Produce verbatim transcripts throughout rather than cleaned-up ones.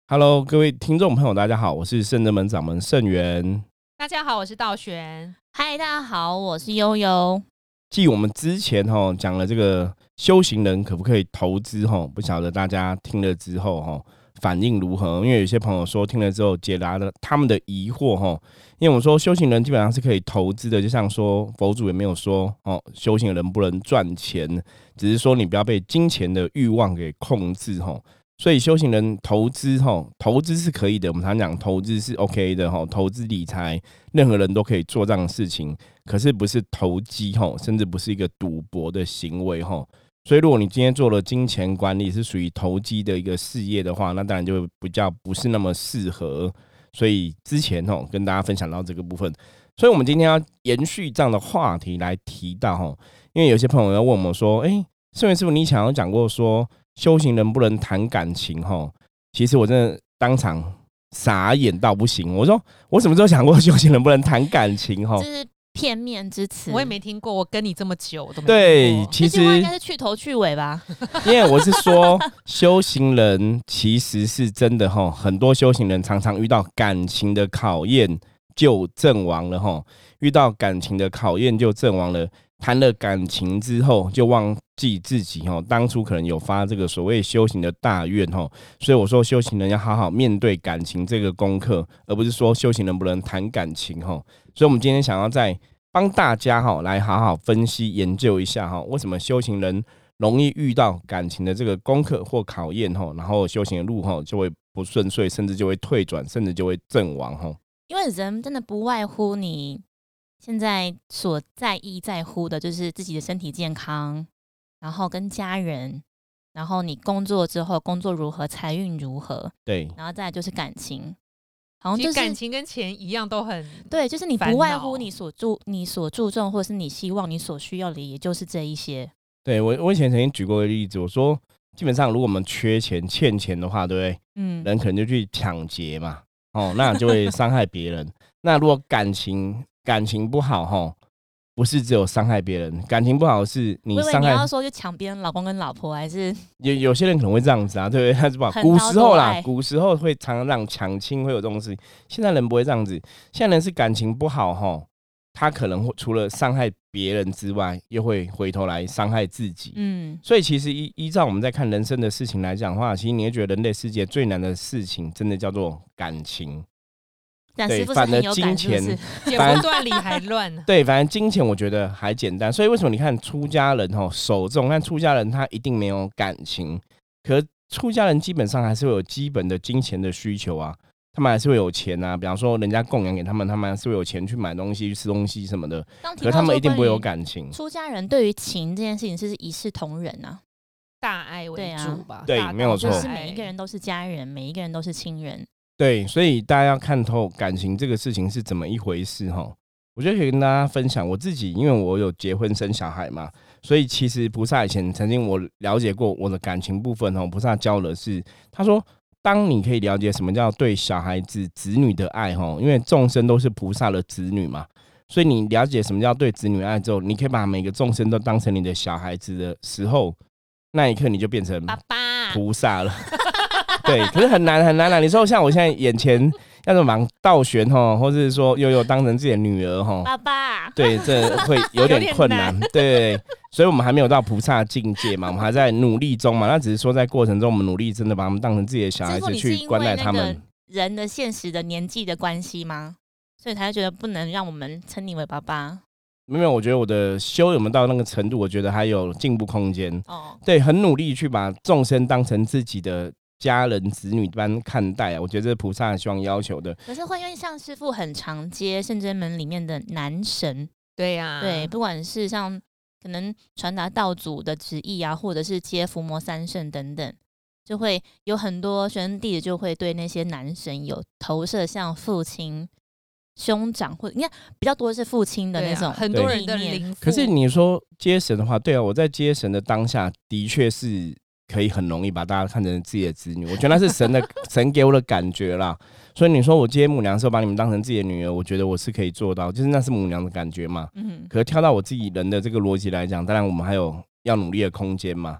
Hello， 各位听众朋友，大家好，我是圣真门掌门圣元。 大家好，我是道玄。 嗨，大家好，我是悠悠。 继我们之前讲了这个修行人可不可以投资，不晓得大家听了之后反应如何？因为有些朋友说听了之后解答了他们的疑惑，因为我们说修行人基本上是可以投资的，就像说佛祖也没有说修行人不能赚钱，只是说你不要被金钱的欲望给控制。所以修行人投资，投资是可以的，我们常讲投资是 OK 的，投资理财任何人都可以做这样的事情，可是不是投机，甚至不是一个赌博的行为。所以如果你今天做了金钱管理是属于投机的一个事业的话，那当然就比较不是那么适合。所以之前跟大家分享到这个部分，所以我们今天要延续这样的话题来提到，因为有些朋友要问我们说，哎，圣元师父你以前有讲过说修行人不能谈感情，其实我真的当场傻眼到不行。我说我什么时候想过修行人不能谈感情？ 这是片面之词， 我也没听过。我跟你这么久都没听过。 对，其实应该是去头去尾吧。 因为我是说，修行人其实是真的，很多修行人常常遇到感情的考验就阵亡了。遇到感情的考验就阵亡了。谈了感情之后就忘记自己当初可能有发这个所谓修行的大愿，所以我说修行人要好好面对感情这个功课，而不是说修行人不能谈感情。所以我们今天想要再帮大家来好好分析研究一下为什么修行人容易遇到感情的这个功课或考验，然后修行的路就会不顺遂，甚至就会退转，甚至就会阵亡。 因为人真的不外乎你现在所在意在乎的就是自己的身体健康，然后跟家人，然后你工作之后工作如何，财运如何， 对， 然后再来就是感情，好像就是感情跟钱一样都很对，就是你不外乎你所注你所注重或是你希望你所需要的，也就是这一些。 对，我我以前曾经举过一个例子，我说基本上如果我们缺钱欠钱的话，对不对？嗯，人可能就去抢劫嘛，哦，那就会伤害别人。那如果感情感情不好，不是只有伤害别人，感情不好是你伤害。 你要说就抢别人老公跟老婆，还是有, 有些人可能会这样子啊，对不对？他是把古时候啦，古时候会常常让抢亲会有这种事情，现在人不会这样子。现在人是感情不好，他可能除了伤害别人之外，又会回头来伤害自己。嗯，所以其实依依照我们在看人生的事情来讲的话，其实你会觉得人类世界最难的事情，真的叫做感情。 对，反而金钱剪不断理还乱。 对，反正金钱我觉得还简单。所以为什么你看出家人守重，看出家人他一定没有感情，可出家人基本上还是会有基本的金钱的需求啊，他们还是会有钱啊。比方说人家供养给他们，他们还是会有钱去买东西、去吃东西什么的。可是他们一定不会有感情。 出家人对于情这件事情是一视同仁啊， 大爱为主吧？ 对，啊、对，没有错， 就是每一个人都是家人，每一个人都是亲人。 对，所以大家要看透感情这个事情是怎么一回事哈。我觉得可以跟大家分享我自己，因为我有结婚生小孩嘛，所以其实菩萨以前曾经我了解过我的感情部分哦。菩萨教的是，他说，当你可以了解什么叫对小孩子子女的爱哈，因为众生都是菩萨的子女嘛，所以你了解什么叫对子女爱之后，你可以把每个众生都当成你的小孩子的时候，那一刻你就变成爸爸菩萨了。对，可是很难很难啦。你说像我现在眼前要怎么忙道玄或者是说悠悠当成自己的女儿爸爸， 对，这会有点困难。对，所以我们还没有到菩萨境界嘛，我们还在努力中嘛。那只是说在过程中，我们努力真的把他们当成自己的小孩子去关爱他们。 人的现实的年纪的关系吗？所以才会觉得不能让我们称你为爸爸。 没有，我觉得我的修有没有到那个程度，我觉得还有进步空间。哦，对，很努力去把众生当成自己的家人子女般看待啊，我觉得这是菩萨希望要求的。 可是会因为像师父很常接圣真门里面的男神， 对呀、啊， 对，不管是像可能传达道祖的旨意啊，或者是接伏魔三圣等等，就会有很多学生弟子就会对那些男神有投射，像父亲、兄长，或者应该比较多是父亲的那种、啊、 很多人的灵父。 可是你说接神的话，对啊，我在接神的当下的确是可以很容易把大家看成自己的子女，我觉得那是神的神给我的感觉啦。所以你说我接母娘的时候把你们当成自己的女儿，我觉得我是可以做到，就是那是母娘的感觉嘛。嗯，可是跳到我自己人的这个逻辑来讲，当然我们还有要努力的空间嘛。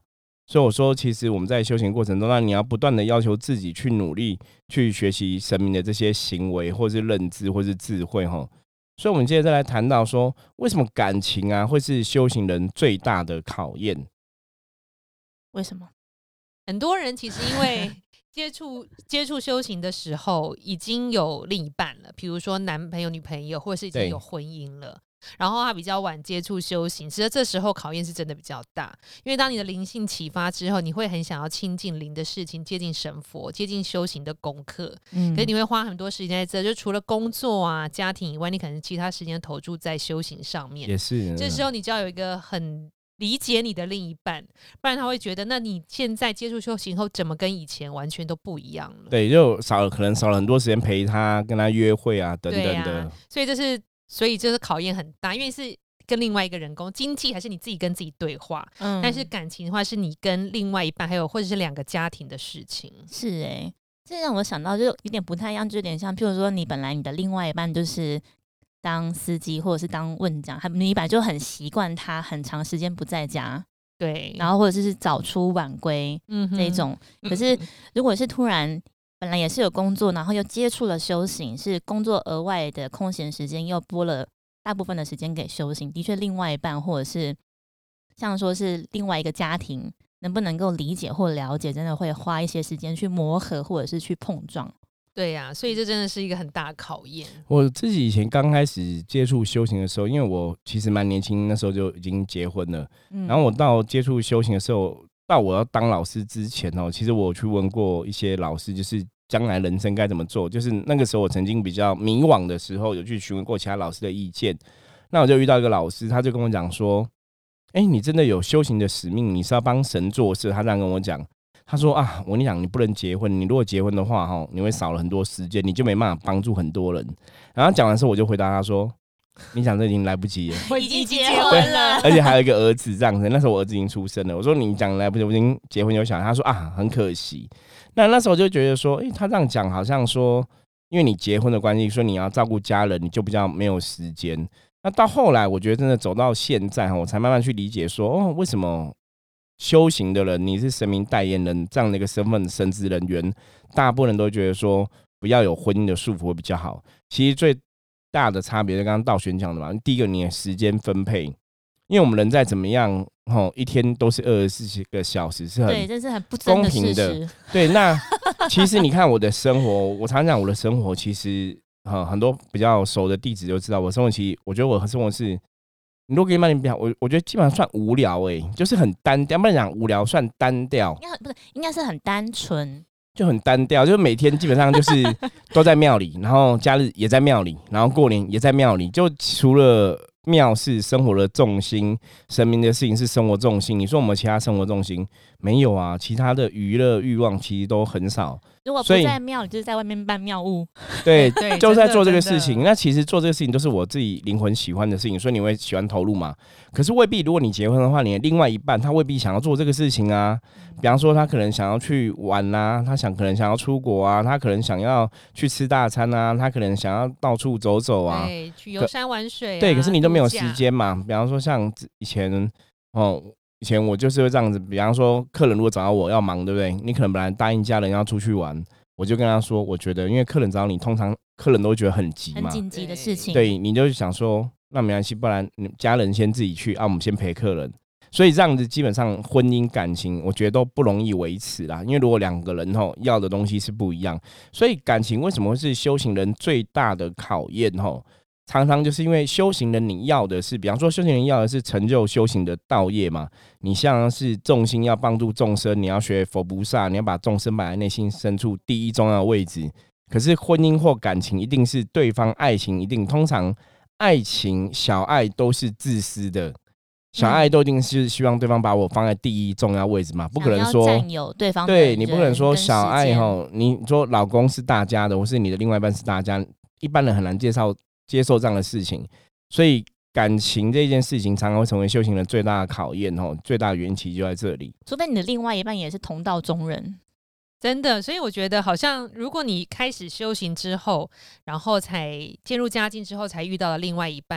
所以我说，其实我们在修行过程中，那你要不断的要求自己去努力，去学习神明的这些行为，或是认知，或是智慧哈。所以，我们接着再来谈到说，为什么感情啊会是修行人最大的考验？ 为什么？ 很多人其实因为接触接触修行的时候，已经有另一半了，比如说男朋友、女朋友，或者是已经有婚姻了。然后他比较晚接触修行，其实这时候考验是真的比较大，因为当你的灵性启发之后，你会很想要亲近灵的事情，接近神佛，接近修行的功课。嗯，可是你会花很多时间在这，就除了工作啊、家庭以外，你可能其他时间投注在修行上面。 也是， 这时候你就要有一个很理解你的另一半，不然他会觉得，那你现在接触修行后，怎么跟以前完全都不一样了？ 对，就少了可能少了很多时间陪他、跟他约会啊等等的。 啊、所以这是。所以就是考验很大，因为是跟另外一个人工经济还是你自己跟自己对话，嗯，但是感情的话是你跟另外一半还有或者是两个家庭的事情。 是哎、欸，这让我想到就有点不太一样，就有点像譬如说你本来你的另外一半就是当司机或者是当问讲，你本来就很习惯他很长时间不在家， 对， 然后或者是早出晚归，嗯，这一种。可是如果是突然本来也是有工作，然后又接触了修行，是工作额外的空闲时间又拨了大部分的时间给修行，的确另外一半或者是像说是另外一个家庭能不能够理解或了解，真的会花一些时间去磨合或者是去碰撞。 对呀、啊，所以这真的是一个很大的考验。 我自己以前刚开始接触修行的时候，因为我其实蛮年轻，那时候就已经结婚了、嗯、然后我到接触修行的时候，到我要当老师之前哦，其实我去问过一些老师，就是将来人生该怎么做。就是那个时候我曾经比较迷惘的时候，有去询问过其他老师的意见。那我就遇到一个老师，他就跟我讲说：“哎、欸，你真的有修行的使命，你是要帮神做事。”他这样跟我讲，他说啊，我跟你讲，你不能结婚，你如果结婚的话，哈，你会少了很多时间，你就没办法帮助很多人。然后讲完之后，我就回答他说。你讲这已经来不及了， 我已经结婚了， 而且还有一个儿子这样子。那时候我儿子已经出生了。我说你讲来不及，我已经结婚有小孩。他说啊，很可惜。那那时候就觉得说，哎、欸，他这样讲好像说，因为你结婚的关系，说你要照顾家人，你就比较没有时间。那到后来，我觉得真的走到现在，我才慢慢去理解说，哦，为什么修行的人，你是神明代言人这样的一个身份，神职人员，大部分人都觉得说，不要有婚姻的束缚会比较好。其实最大的差别就刚刚道玄讲的嘛，第一个你的时间分配，因为我们人再怎么样，一天都是二十四个小时，是很对，这是很不公平的。 对，那其实你看我的生活，我常讲我的生活，其实很多比较熟的弟子就知道，我生活其实我觉得我的生活是，你如果给你慢点我我觉得基本上算无聊哎、欸，就是很单调，不能讲无聊，算单调， 应该不是，应该是很单纯。 就很单调，就每天基本上就是都在庙里，然后假日也在庙里，然后过年也在庙里，就除了庙是生活的重心，神明的事情是生活重心。你说我们其他生活重心没有啊？其他的娱乐欲望其实都很少。 如果不在庙里，就是在外面办庙务。 对，对，就在做这个事情。那其实做这个事情都是我自己灵魂喜欢的事情，所以你会喜欢投入嘛？可是未必，如果你结婚的话，你的另外一半他未必想要做这个事情啊。比方说，他可能想要去玩啊，他想可能想要出国啊，他可能想要去吃大餐啊，他可能想要到处走走啊， 对，去游山玩水、啊。 对，可是你都没有时间嘛。比方说，像以前哦。以前我就是会这样子，比方说客人如果找到我要忙，对不对？你可能本来答应家人要出去玩，我就跟他说，我觉得因为客人找到你，通常客人都会觉得很急嘛， 很紧急的事情。 对，你就想说，那没关系，不然家人先自己去啊，我们先陪客人。所以这样子基本上婚姻感情，我觉得都不容易维持啦。因为如果两个人吼要的东西是不一样，所以感情为什么会是修行人最大的考验吼？常常就是因为修行人你要的是，比方说修行人要的是成就修行的道业嘛，你像是众心要帮助众生，你要学佛菩萨，你要把众生摆在内心深处第一重要的位置。可是婚姻或感情一定是对方爱情，一定通常爱情小爱都是自私的，小爱都一定是希望对方把我放在第一重要位置嘛，不可能说占有对方的人， 对你不可能说小爱吼，你说老公是大家的，或是你的另外一半是大家，一般人很难介绍。接受这样的事情，所以感情这件事情常常会成为修行人最大的考验，最大的缘起就在这里。 除非你的另外一半也是同道中人， 真的。所以我觉得，好像如果你开始修行之后，然后才渐入佳境之后，才遇到了另外一半，我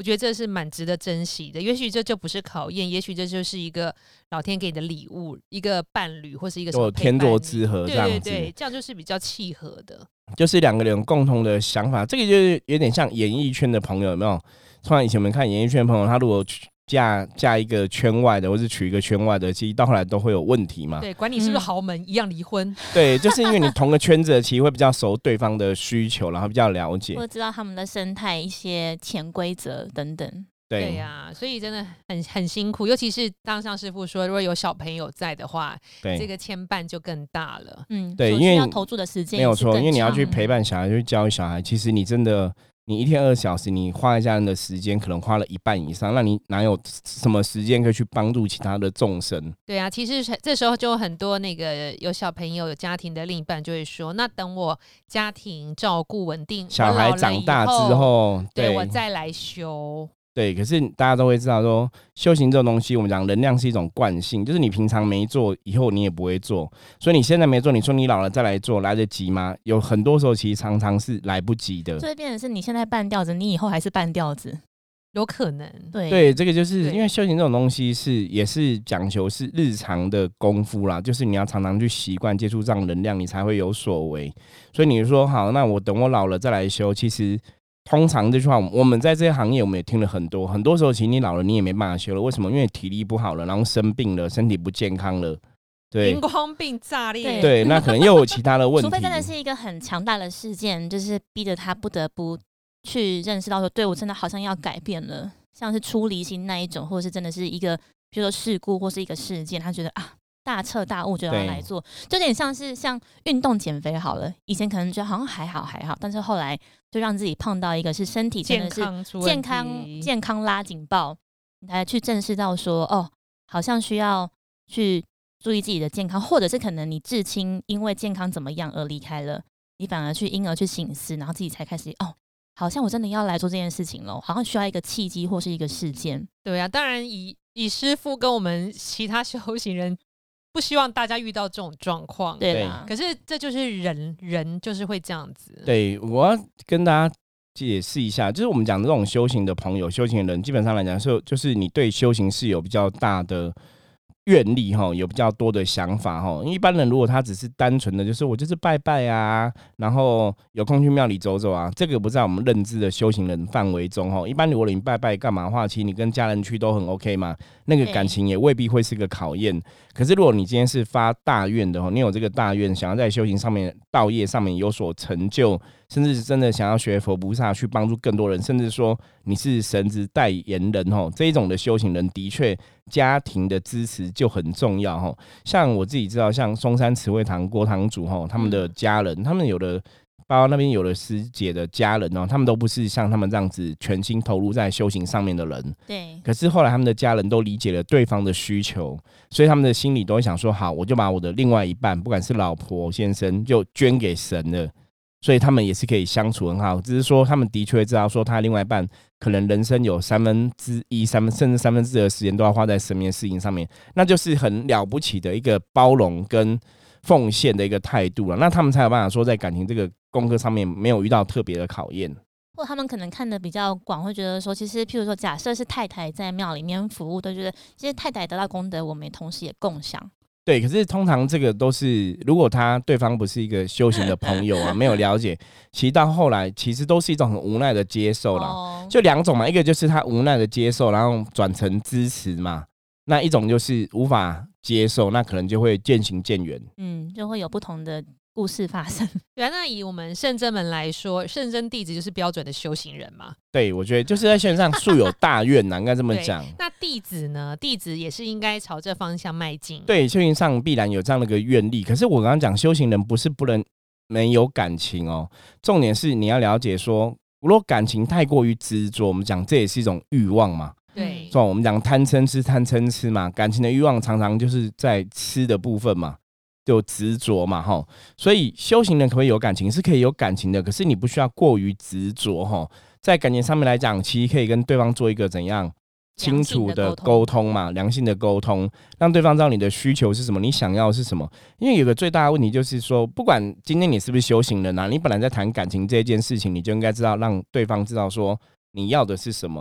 我觉得这是蛮值得珍惜的。也许这就不是考验，也许这就是一个老天给你的礼物，一个伴侣或是一个什么天作之合这样子， 对对对，这样就是比较契合的， 就是两个人有共同的想法。这个就是有点像演艺圈的朋友，有没有？突然以前我们看演艺圈的朋友，他如果嫁嫁一个圈外的，或是娶一个圈外的，其实到后来都会有问题嘛。 对，管你是不是豪门，嗯、一样离婚。 对，就是因为你同个圈子，其实会比较熟对方的需求，然后比较了解， 或知道他们的生态、一些潜规则等等。 对呀、啊，所以真的很很辛苦，尤其是当上师傅说，如果有小朋友在的话，这个牵绊就更大了。 嗯， 对，因为要投注的时间没有错，因为你要去陪伴小孩，去教育小孩，其实你真的。你一天二小时，你花在家人的时间可能花了一半以上，那你哪有什么时间可以去帮助其他的众生？ 对啊，其实这时候就很多那个有小朋友、有家庭的另一半就会说：“那等我家庭照顾稳定， 小孩长大之后， 对, 对我再来修。” 对，可是大家都会知道说，修行这种东西，我们讲能量是一种惯性，就是你平常没做，以后你也不会做。所以你现在没做，你说你老了再来做，来得及吗？有很多时候其实常常是来不及的。 就会变成是你现在半吊子，你以后还是半吊子， 有可能。 对对，这个就是因为修行这种东西是也是讲求是日常的功夫啦，就是你要常常去习惯接触这样能量，你才会有所为。所以你说好，那我等我老了再来修，其实。通常这句话，我们在这些行业我们也听了很多，很多时候其实你老了你也没办法修了，为什么？因为体力不好了，然后生病了，身体不健康了，对， 荧光病炸裂， 对，那可能又有其他的问题。 除非真的是一个很强大的事件，就是逼着他不得不去认识到说，对我真的好像要改变了，像是出离心那一种，或者是真的是一个，比如说事故或是一个事件，他觉得啊。大彻大悟就要来做，就有点像是像运动减肥好了。以前可能觉得好像还好还好，但是后来就让自己胖到一个是身体真的是健康健康拉警报，你才去正视到说哦，好像需要去注意自己的健康，或者是可能你至亲因为健康怎么样而离开了，你反而去因而去省思，然后自己才开始哦，好像我真的要来做这件事情了，好像需要一个契机或是一个事件。 对啊，当然以以师父跟我们其他修行人。不希望大家遇到这种状况， 对啦。 可是这就是人，人就是会这样子。 对，我要跟大家解释一下，就是我们讲这种修行的朋友、修行的人，基本上来讲是，就是你对修行是有比较大的愿力，有比较多的想法。因为一般人如果他只是单纯的就是我就是拜拜啊，然后有空去庙里走走啊，这个不在我们认知的修行人范围中。一般如果你拜拜干嘛的话，其实你跟家人去都很 OK 嘛，那个感情也未必会是个考验。可是如果你今天是发大愿的，你有这个大愿，想要在修行上面、道业上面有所成就，甚至是真的想要学佛菩萨去帮助更多人，甚至说你是神职代言人，这一种的修行人，的确家庭的支持就很重要。像我自己知道，像松山慈惠堂郭堂主他们的家人，他们有的包括那边有的师姐的家人，他们都不是像他们这样子全心投入在修行上面的人。 对。 可是后来他们的家人都理解了对方的需求，所以他们的心里都会想说：好，我就把我的另外一半，不管是老婆先生，就捐给神了。所以他们也是可以相处很好，只是说他们的确知道说他另外一半可能人生有三分之一、三分甚至三分之二的时间都要花在身边的事情上面，那就是很了不起的一个包容跟奉献的一个态度了。那他们才有办法说在感情这个功课上面没有遇到特别的考验。 或他们可能看得比较广，会觉得说，其实譬如说，假设是太太在庙里面服务，都觉得其实太太得到功德，我们同时也共享。 对，可是通常这个都是，如果他对方不是一个修行的朋友啊，没有了解，其实到后来其实都是一种很无奈的接受啦。哦、就两种嘛，一个就是他无奈的接受，然后转成支持嘛；那一种就是无法接受，那可能就会渐行渐远。 嗯，就会有不同的故事发生。 对啊，那以我们圣真门来说，圣真弟子就是标准的修行人嘛。 对，我觉得就是在线上素有大愿呐，应该这么讲。 那弟子呢？弟子也是应该朝这方向迈进。 对，修行上必然有这样的一个愿力。可是我刚刚讲，修行人不是不能没有感情哦，重点是你要了解说，如果感情太过于执着，我们讲这也是一种欲望嘛。 对， 所以我们讲贪嗔痴，贪嗔痴嘛，感情的欲望常常就是在吃的部分嘛。就执着嘛，齁，所以修行人可不可以有感情？是可以有感情的，可是你不需要过于执着，齁。在感情上面来讲，其实可以跟对方做一个怎样清楚的沟通嘛，良性的沟通，让对方知道你的需求是什么，你想要的是什么。因为有个最大的问题就是说，不管今天你是不是修行人啊，你本来在谈感情这件事情，你就应该知道让对方知道说你要的是什么，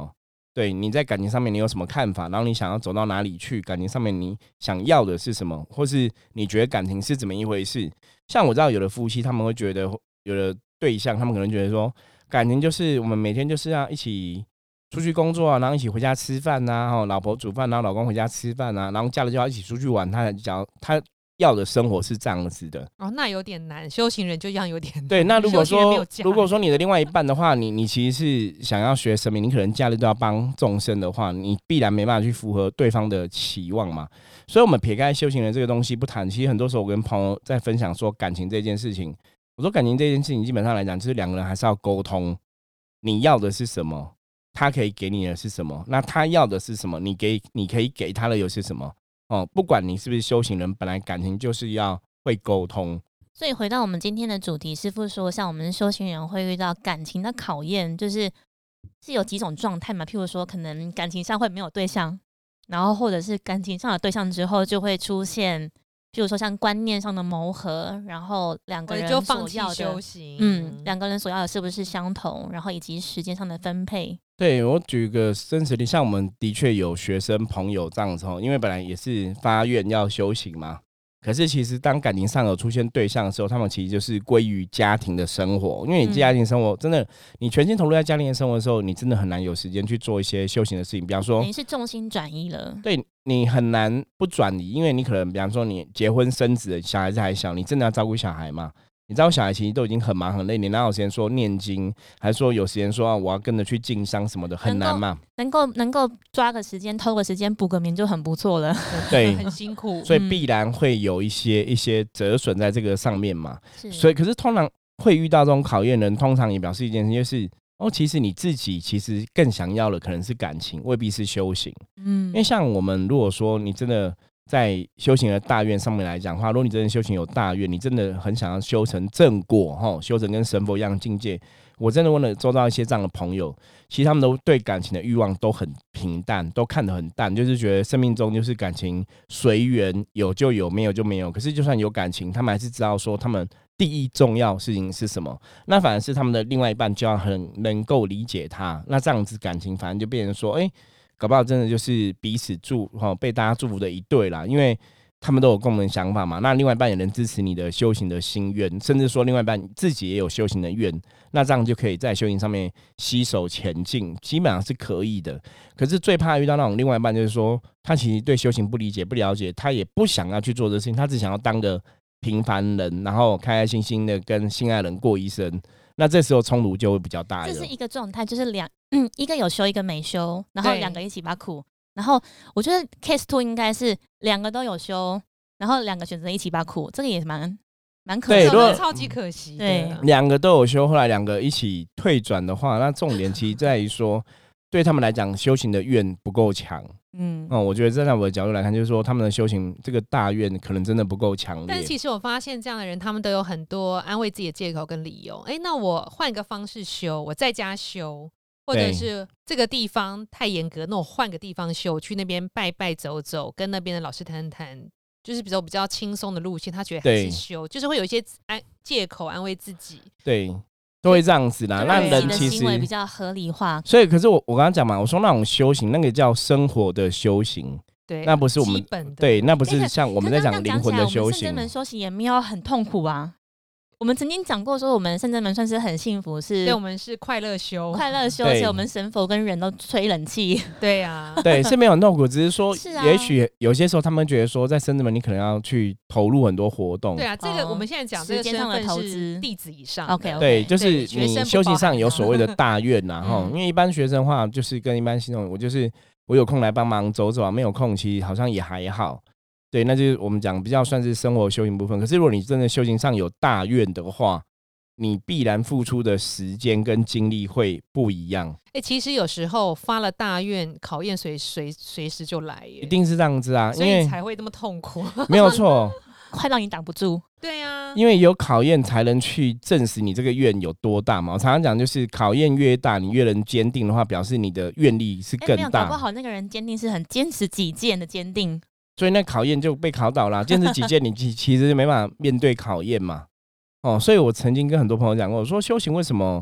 对，你在感情上面你有什么看法，然后你想要走到哪里去，感情上面你想要的是什么，或是你觉得感情是怎么一回事。像我知道有的夫妻他们会觉得，有的对象他们可能觉得说，感情就是我们每天就是要一起出去工作啊，然后一起回家吃饭啊，老婆煮饭，然后老公回家吃饭啊，然后假日就要一起出去玩，他讲他要的生活是这样子的。 哦，那有点难，修行人就这样有点难。 对，那如果说如果说你的另外一半的话，你你其实是想要学神明，你可能假日都要帮众生的话，你必然没办法去符合对方的期望嘛。所以我们撇开修行人这个东西不谈，其实很多时候我跟朋友在分享说感情这件事情，我说感情这件事情基本上来讲，就是两个人还是要沟通，你要的是什么，他可以给你的是什么，那他要的是什么，你给你可以给他的又是什么。哦，不管你是不是修行人，本来感情就是要会沟通。 所以回到我们今天的主题，师父说像我们修行人会遇到感情的考验，就是是有几种状态嘛，譬如说可能感情上会没有对象，然后或者是感情上的对象之后就会出现譬如说像观念上的谋合，然后两个人就放弃所要的修行， 嗯，两个人所要的是不是相同，然后以及时间上的分配。 对，我举个真实例，像我们的确有学生朋友这样子，因为本来也是发愿要修行嘛，可是其实当感情上有出现对象的时候，他们其实就是归于家庭的生活，因为你家庭生活、嗯、真的你全心投入在家庭的生活的时候，你真的很难有时间去做一些修行的事情，比方说等于是重心转移了， 对，你很难不转移，因为你可能比方说你结婚生子的小孩子还小，你真的要照顾小孩嘛，你照顾小孩其实都已经很忙很累，你哪有时间说念经，还是说有时间说、啊、我要跟着去经商什么的，很难嘛。 能够能够抓个时间偷个时间补个眠就很不错了。 对， 很辛苦， 所以必然会有一些一些折损在这个上面嘛。 是， 所以可是通常会遇到这种考验的人，通常也表示一件事，就是哦，其实你自己其实更想要的可能是感情，未必是修行。嗯，因为像我们如果说你真的在修行的大愿上面来讲的话，如果你真的修行有大愿，你真的很想要修成正果，修成跟神佛一样的境界，我真的问了周遭一些这样的朋友，其实他们都对感情的欲望都很平淡，都看得很淡，就是觉得生命中就是感情随缘，有就有，没有就没有。可是就算有感情，他们还是知道说他们第一重要事情是什么，那反而是他们的另外一半就要很能够理解他，那这样子感情反正就变成说，哎、欸，搞不好真的就是彼此祝被大家祝福的一对啦，因为他们都有共同想法嘛。那另外一半也能支持你的修行的心愿，甚至说另外一半自己也有修行的愿，那这样就可以在修行上面携手前进，基本上是可以的。可是最怕遇到那种另外一半，就是说他其实对修行不理解、不了解，他也不想要去做这事情，他只想要当个平凡人，然后开开心心的跟心爱人过一生。那这时候冲突就会比较大一点。 这是一个状态，就是两嗯，一个有修，一个没修，然后两个一起把苦。然后我觉得 case two 应该是两个都有修，然后两个选择一起把苦，这个也蛮蛮可惜的， 超级可惜。 对， 两个都有修，后来两个一起退转的话，那重点其实在于说，对他们来讲，修行的愿不够强。嗯，哦，我觉得站在我的角度来看，就是说他们的修行这个大愿可能真的不够强烈。 但其实我发现这样的人，他们都有很多安慰自己的借口跟理由。哎，那我换个方式修，我在家修。或者是这个地方太严格，那我换个地方修，去那边拜拜走走，跟那边的老师谈谈，就是比较比较轻松的路线，他觉得还是修，就是会有一些安借口安慰自己， 对，都会这样子啦。那人其实行为比较合理化， 所以可是我我刚刚讲嘛，我说那种修行，那个叫生活的修行。 对， 那不是我们基本的， 对，那不是像我们在讲灵魂的修行。 圣真门修行也没有很痛苦啊。我们曾经讲过说我们圣真门算是很幸福，是对，我们是快乐修快乐修，而且我们神佛跟人都吹冷气。 对啊， 对，是没有痛苦，只是说是、啊、 也许有些时候他们觉得说在圣真门你可能要去投入很多活动。 对啊，这个我们现在讲这个身份是弟子以上 OK， 对，就是你修行上有所谓的大愿呐、啊、因为一般学生的话就是跟一般信众，我就是我有空来帮忙走走啊，没有空其实好像也还好。对，那就是我们讲比较算是生活修行部分。可是如果你真的修行上有大愿的话，你必然付出的时间跟精力会不一样。 哎、欸，其实有时候发了大愿，考验随随随时就来耶， 一定是这样子啊， 所以才会这么痛苦。 没有错， 快让你挡不住。 对啊， 因为有考验才能去证实你这个愿有多大嘛。我常常讲，就是考验越大，你越能坚定的话，表示你的愿力是更大。欸、没有， 搞不好那个人坚定是很坚持己见的坚定。 所以那考验就被考倒了，坚持己见，你其实没办法面对考验嘛。哦，所以我曾经跟很多朋友讲过，我说修行为什么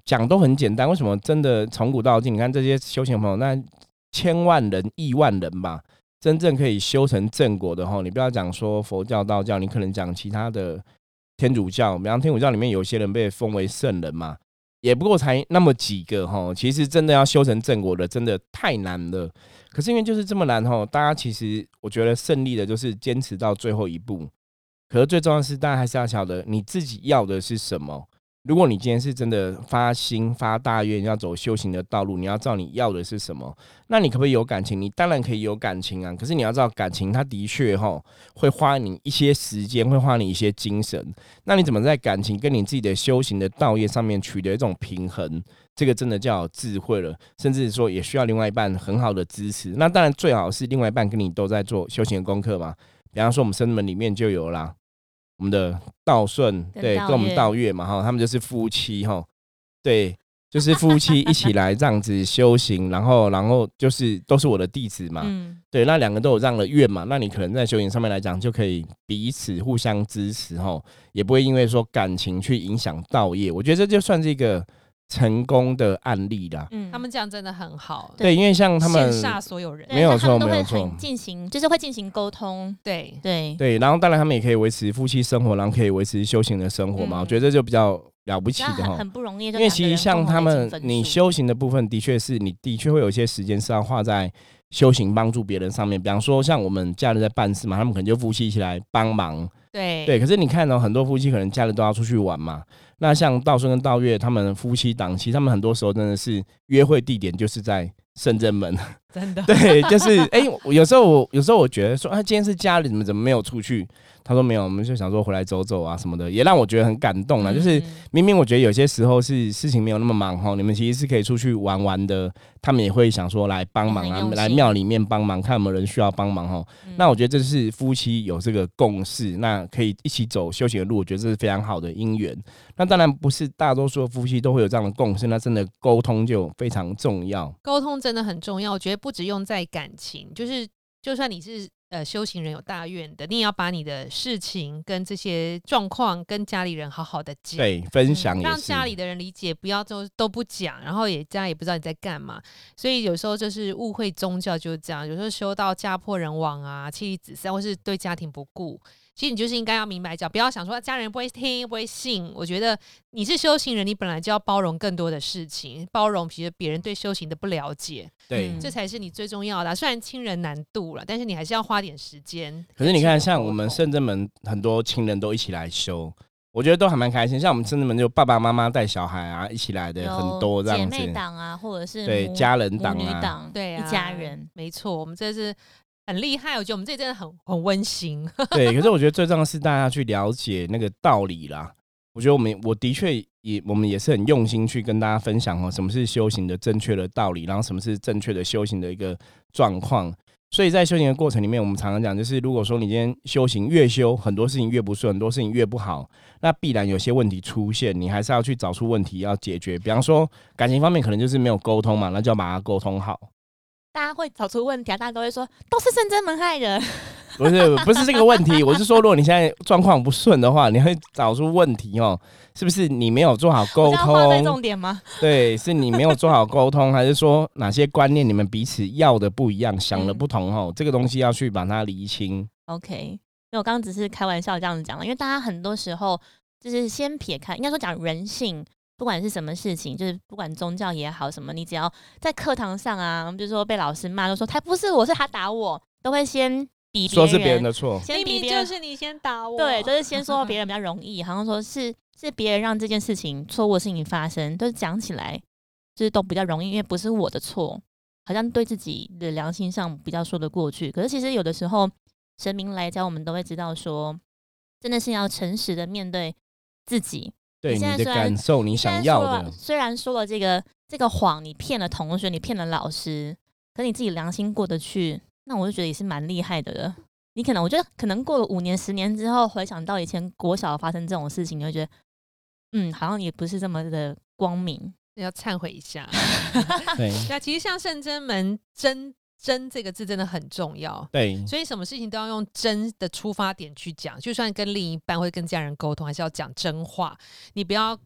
讲都很简单，为什么真的从古到今，你看这些修行朋友，那千万人、亿万人吧，真正可以修成正果的哈，你不要讲说佛教、道教，你可能讲其他的天主教，比方天主教里面有些人被封为圣人嘛，也不过才那么几个哈。其实真的要修成正果的，真的太难了。可是因为就是这么难哈，大家其实我觉得胜利的就是坚持到最后一步。可是最重要的是，大家还是要晓得你自己要的是什么。如果你今天是真的发心发大愿要走修行的道路，你要知道你要的是什么。那你可不可以有感情？你当然可以有感情啊，可是你要知道感情它的确会花你一些时间，会花你一些精神。那你怎么在感情跟你自己的修行的道业上面取得一种平衡？这个真的叫有智慧了，甚至说也需要另外一半很好的支持。那当然最好是另外一半跟你都在做修行的功课嘛。比方说我们圣门里面就有啦，我们的道顺对，跟我们道月嘛，他们就是夫妻，对，就是夫妻一起来这样子修行，然后然后就是都是我的弟子嘛，嗯、对，那两个都有这样的愿嘛，那你可能在修行上面来讲就可以彼此互相支持，也不会因为说感情去影响道业，我觉得这就算是一个成功的案例啦。 嗯，他们这样真的很好。 对，因为像他们羡煞所有人， 没有错，没有错， 进行就是会进行沟通。 对对对，然后当然他们也可以维持夫妻生活，然后可以维持修行的生活嘛。嗯、我觉得这就比较了不起的哈， 很不容易。因为其实像他们，你修行的部分的确是你的确会有一些时间是要花在修行帮助别人上面。比方说像我们假日在办事嘛，他们可能就夫妻一起来帮忙。 对对，可是你看哦，很多夫妻可能假日都要出去玩嘛。那像道顺跟道月他们夫妻档期，他们很多时候真的是约会地点就是在圣真门， 真的对，就是哎、欸，有时候我有时候我觉得说，啊，今天是假日，你们怎么没有出去？他说没有，我们就想说回来走走啊什么的，也让我觉得很感动啦。嗯、就是明明我觉得有些时候是事情没有那么忙哈，你们其实是可以出去玩玩的。他们也会想说来帮忙啊，来庙里面帮忙，看有没有人需要帮忙哈。嗯、那我觉得这是夫妻有这个共识，那可以一起走修行的路，我觉得这是非常好的姻缘。那当然不是大多数的夫妻都会有这样的共识，那真的沟通就非常重要。 沟通真的很重要，我觉得不只用在感情，就是就算你是呃修行人有大愿的，你也要把你的事情跟这些状况跟家里人好好的讲， 对，分享也是、 嗯、让家里的人理解，不要都都不讲，然后也家里也不知道你在干嘛。所以有时候就是误会宗教就是这样，有时候修到家破人亡啊，妻离子散，或是对家庭不顾。其实你就是应该要明白讲，不要想说家人不会听不会信。我觉得你是修行人，你本来就要包容更多的事情，包容其实别人对修行的不了解， 对、 嗯，这才是你最重要的、啊。虽然亲人难度了，但是你还是要花点时间。 可是你看，像我们圣真门很多亲人都一起来修，我觉得都还蛮开心。像我们圣真门就爸爸妈妈带小孩啊一起来的很多这样子， 姐妹档啊，或者是对家人档啊， 对啊， 一家人， 没错，我们这是。很厉害，我觉得我们这里真的很很温馨。 对，可是我觉得最重要的是大家去了解那个道理啦。我觉得我们我的确也我们也是很用心去跟大家分享哦，什么是修行的正确的道理，然后什么是正确的修行的一个状况。所以在修行的过程里面，我们常常讲，就是如果说你今天修行越修，很多事情越不顺，很多事情越不好，那必然有些问题出现，你还是要去找出问题要解决。比方说感情方面，可能就是没有沟通嘛，那就要把它沟通好。 大家会找出问题啊，大家都会说都是圣真门害的。 不是不是这个问题，我是说，如果你现在状况不顺的话，你会找出问题哦，是不是你没有做好沟通？ 我这重点吗？ 对，是你没有做好沟通，还是说哪些观念你们彼此要的不一样，想的不同哦？嗯、这个东西要去把它厘清。 OK， 因为我刚刚只是开玩笑这样子讲了，因为大家很多时候就是先撇开，应该说讲人性。不管是什么事情，就是不管宗教也好什么，你只要在课堂上啊，比如说被老师骂，就说他不是我是他打我，都会先比别人， 说是别人的错， 明明就是你先打我， 对，就是先说别人比较容易，好像说是是别人让这件事情错误的事情发生，都是讲起来就是都比较容易，因为不是我的错，好像对自己的良心上比较说得过去。可是其实有的时候神明来教我们都会知道说，真的是要诚实的面对自己。 对你的感受，你想要的。 虽然说了这个这个谎，你骗了同学，你骗了老师，可是你自己良心过得去，那我就觉得也是蛮厉害的了。你可能，我觉得可能过了五年、十年之后，回想到以前国小发生这种事情，你会觉得，嗯，好像也不是这么的光明， 要忏悔一下。 对， 那其实像圣真门真。真这个字真的很重要， 对， 所以什么事情都要用真的出发点去讲，就算跟另一半或跟家人沟通，还是要讲真话。你不要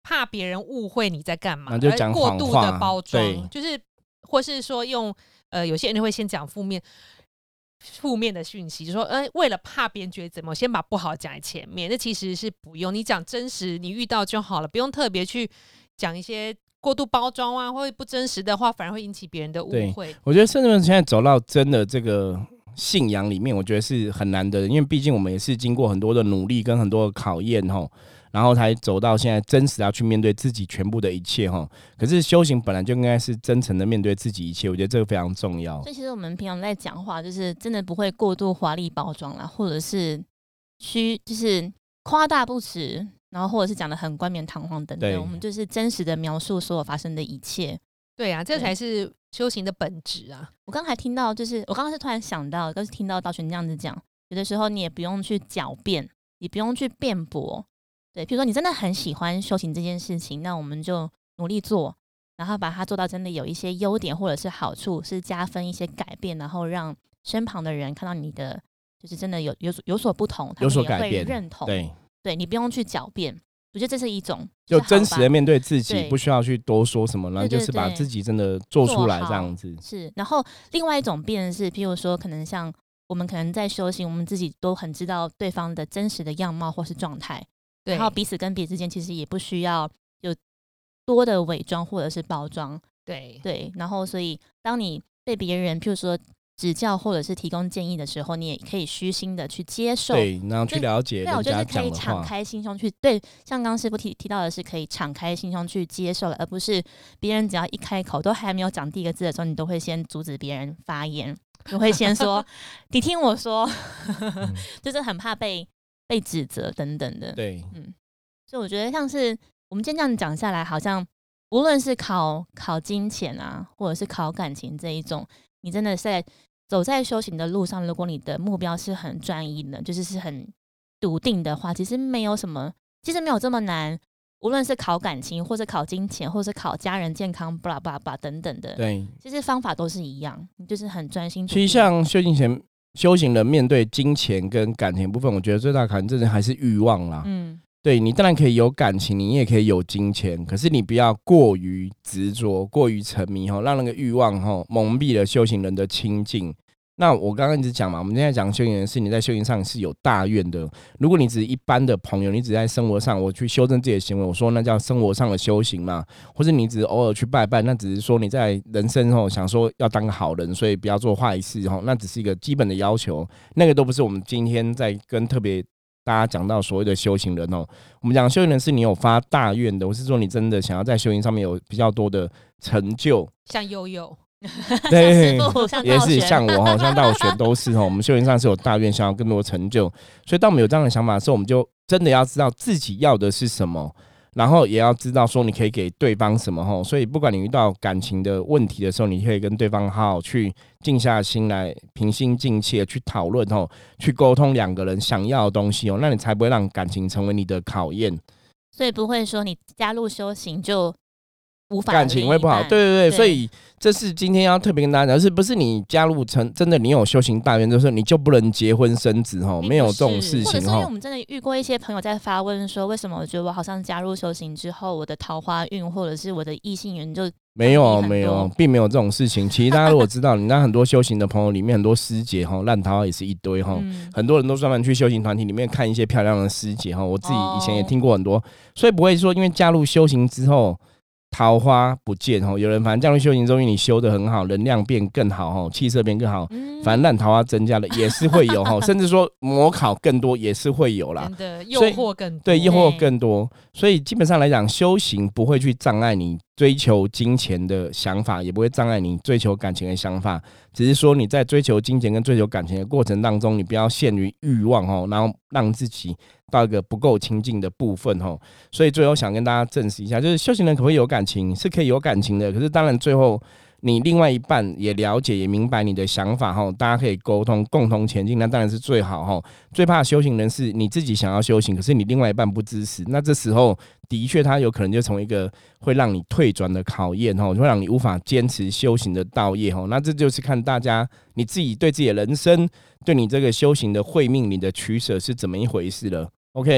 怕别人误会你在干嘛， 那就讲过度的谎话包装，就是或是说用呃，有些人会先讲负面。负面的讯息，就说，呃，为了怕别人觉得怎么，我先把不好讲在前面。那其实是不用，你讲真实，你遇到就好了，不用特别去讲一些过度包装啊，或者不真实的话，反而会引起别人的误会。 我觉得圣人现在走到真的这个信仰里面，我觉得是很难的，因为毕竟我们也是经过很多的努力跟很多的考验吼。然后才走到现在真实要去面对自己全部的一切齁。可是修行本来就应该是真诚的面对自己一切，我觉得这个非常重要。 所以其实我们平常在讲话，就是真的不会过度华丽包装啦，或者是虚，就是夸大不实，然后或者是讲的很冠冕堂皇等等。我们就是真实的描述所有发生的一切。 对啊，这才是修行的本质啊。 我刚才听到，就是我刚刚是突然想到，就是听到道玄这样子讲，有的时候你也不用去狡辩，你不用去辩驳。对，比如说你真的很喜欢修行这件事情，那我们就努力做，然后把它做到真的有一些优点或者是好处，是加分一些改变，然后让身旁的人看到你的就是真的有有有所不同， 有所改变， 认同。 对， 对你不用去狡辩，我觉得这是一种就真实的面对自己，不需要去多说什么，然后就是把自己真的做出来这样子。 是，然后另外一种辩是，譬如说可能像我们可能在修行，我们自己都很知道对方的真实的样貌或是状态。然后彼此跟彼此之间其实也不需要有多的伪装或者是包装， 对对。然后所以当你被别人譬如说指教或者是提供建议的时候，你也可以虚心的去接受， 对，然后去了解人家讲的话。 对，我觉得是可以敞开心胸去，对，像刚刚师父提提到的是可以敞开心胸去接受了，而不是别人只要一开口都还没有讲第一个字的时候，你都会先阻止别人发言，你会先说你听我说，嗯、就是很怕被。被指责等等的， 对， 嗯，所以我觉得像是我们今天这样讲下来，好像无论是考考金钱啊，或者是考感情这一种，你真的在走在修行的路上，如果你的目标是很专一的，就是是很笃定的话，其实没有什么，其实没有这么难。无论是考感情，或是考金钱，或是考家人健康，巴拉巴拉等等的， 对， 其实方法都是一样，你就是很专心。 其实像修行前。修行人面对金钱跟感情部分，我觉得最大的考验真的还是欲望啦。嗯，对，你当然可以有感情，你也可以有金钱，可是你不要过于执着、过于沉迷，让那个欲望蒙蔽了修行人的清净。那我刚刚一直讲嘛，我们现在讲修行人是你在修行上是有大愿的。如果你只是一般的朋友，你只在生活上我去修正自己的行为，我说那叫生活上的修行嘛。或者你只是偶尔去拜拜，那只是说你在人生后想说要当个好人，所以不要做坏事，那只是一个基本的要求。那个都不是我们今天在跟特别大家讲到所谓的修行人哦。我们讲修行人是你有发大愿的，我是说你真的想要在修行上面有比较多的成就， 像悠悠。 对，也是像我像道玄都是我们修行上是有大愿，想要更多成就，所以当我们有这样的想法的时候，我们就真的要知道自己要的是什么，然后也要知道说你可以给对方什么。所以不管你遇到感情的问题的时候，你可以跟对方好好去静下心来，平心静气去讨论，去沟通两个人想要的东西，那你才不会让感情成为你的考验。 所以不会说你加入修行就无法感情会不好，对对对，所以这是今天要特别跟大家讲，是不是你加入成真的你有修行大愿，就是你就不能结婚生子哈？没有这种事情哈。或者是因为我们真的遇过一些朋友在发问说，为什么我觉得我好像加入修行之后，我的桃花运或者是我的异性缘就没有没有，并没有这种事情。其实大家如果知道，你那很多修行的朋友里面，很多师姐哈，烂桃花也是一堆哈、嗯。很多人都专门去修行团体里面看一些漂亮的师姐哈。我自己以前也听过很多，哦、所以不会说因为加入修行之后。桃花不见，有人反正加入修行中，你修得很好，能量变更好，气色变更好，反正烂桃花增加了也是会有，甚至说模考更多也是会有啦， 真的诱惑更多， 对，诱惑更多。所以基本上来讲，修行不会去障碍你追求金钱的想法，也不会障碍你追求感情的想法，只是说你在追求金钱跟追求感情的过程当中，你不要陷于欲望，然后让自己到一个不够亲近的部分。所以最后想跟大家证实一下，就是修行人可不可以有感情，是可以有感情的，可是当然最后你另外一半也了解也明白你的想法，大家可以沟通共同前进，那当然是最好。最怕修行人是你自己想要修行，可是你另外一半不支持，那这时候的确他有可能就成为一个会让你退转的考验，会让你无法坚持修行的道业。那这就是看大家你自己对自己的人生，对你这个修行的慧命，你的取舍是怎么一回事了。OK，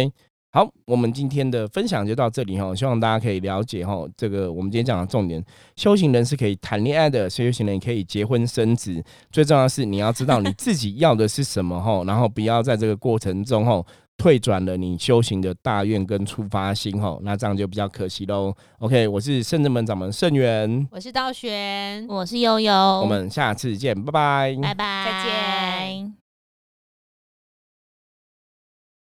好，我们今天的分享就到这里哈，希望大家可以了解哈，这个我们今天讲的重点，修行人是可以谈恋爱的，修行人也可以结婚生子，最重要的是你要知道你自己要的是什么哈，然后不要在这个过程中哈退转了你修行的大愿跟出发心哈，那这样就比较可惜喽。OK， 我是圣真门掌门圣元， 我是道玄， 我是悠悠， 我们下次见，拜拜， 拜拜， 再见。